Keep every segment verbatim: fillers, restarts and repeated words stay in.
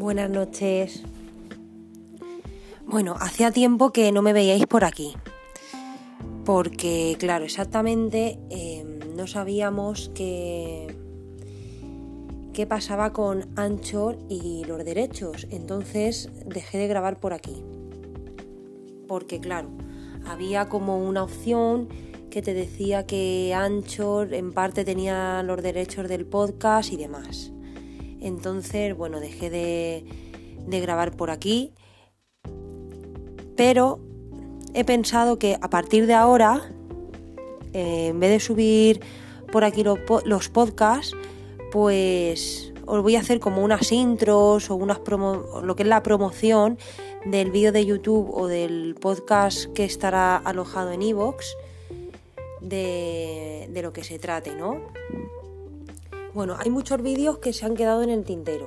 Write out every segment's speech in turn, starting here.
Buenas noches. Bueno, hacía tiempo que no me veíais por aquí, porque claro, exactamente eh, no sabíamos qué, qué pasaba con Anchor y los derechos, entonces dejé de grabar por aquí, porque claro, había como una opción que te decía que Anchor en parte tenía los derechos del podcast y demás. Entonces, bueno, dejé de, de grabar por aquí, pero he pensado que a partir de ahora, eh, en vez de subir por aquí los, los podcasts, pues os voy a hacer como unas intros o unas promo, lo que es la promoción del vídeo de YouTube o del podcast que estará alojado en iVoox, de, de lo que se trate, ¿no? Bueno, hay muchos vídeos que se han quedado en el tintero,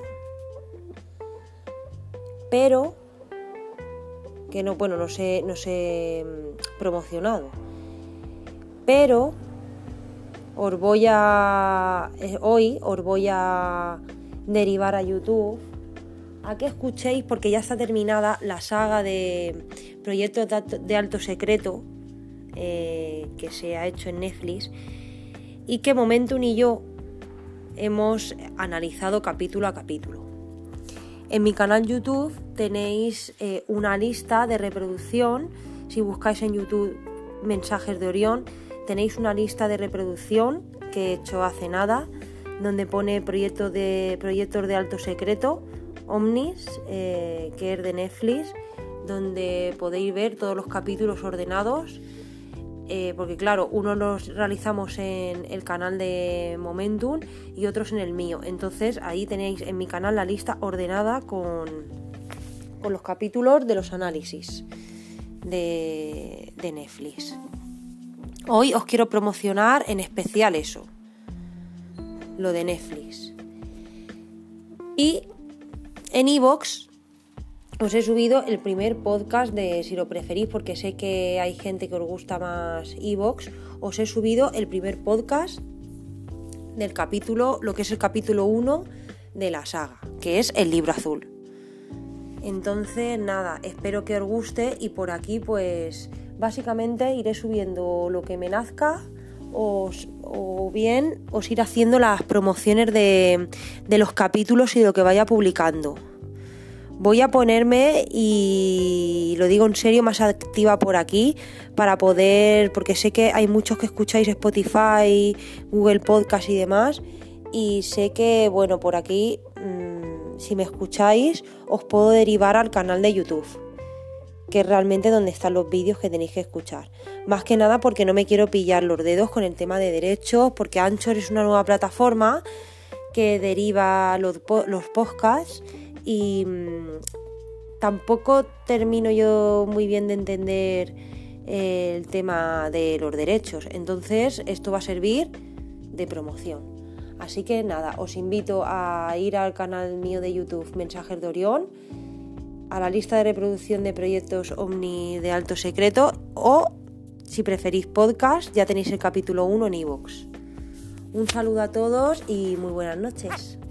pero que no, bueno, no sé, no sé promocionado, pero os voy a eh, hoy os voy a derivar a YouTube a que escuchéis, porque ya está terminada la saga de Proyectos de Alto Secreto eh, que se ha hecho en Netflix y que Momentum y yo hemos analizado capítulo a capítulo. En mi canal YouTube tenéis eh, una lista de reproducción. Si buscáis en YouTube Mensajes de Orión, tenéis una lista de reproducción que he hecho hace nada, donde pone proyectos de, proyectos de alto secreto, Omnis, eh, que es de Netflix, donde podéis ver todos los capítulos ordenados. Eh, porque claro, unos los realizamos en el canal de Momentum y otros en el mío, entonces ahí tenéis en mi canal la lista ordenada con, con los capítulos de los análisis de, de Netflix. Hoy os quiero promocionar en especial eso, lo de Netflix. Y en iVoox os he subido el primer podcast de Si lo preferís, porque sé que hay gente que os gusta más iVoox. Os he subido el primer podcast del capítulo, lo que es el capítulo uno de la saga, que es el libro azul. Entonces, nada, espero que os guste y por aquí, pues, básicamente iré subiendo lo que me nazca os, o bien os iré haciendo las promociones de, de los capítulos y de lo que vaya publicando. Voy a ponerme, y lo digo en serio, más activa por aquí para poder, porque sé que hay muchos que escucháis Spotify, Google Podcast y demás, y sé que, bueno, por aquí, mmm, si me escucháis, os puedo derivar al canal de YouTube, que es realmente donde están los vídeos que tenéis que escuchar. Más que nada porque no me quiero pillar los dedos con el tema de derechos, porque Anchor es una nueva plataforma que deriva los, los podcasts, y mmm, tampoco termino yo muy bien de entender eh, el tema de los derechos. Entonces esto va a servir de promoción. Así que nada, os invito a ir al canal mío de YouTube Mensajes de Orión, a la lista de reproducción de proyectos Omni de alto secreto, o si preferís podcast, ya tenéis el capítulo uno en iVoox. Un saludo a todos y muy buenas noches.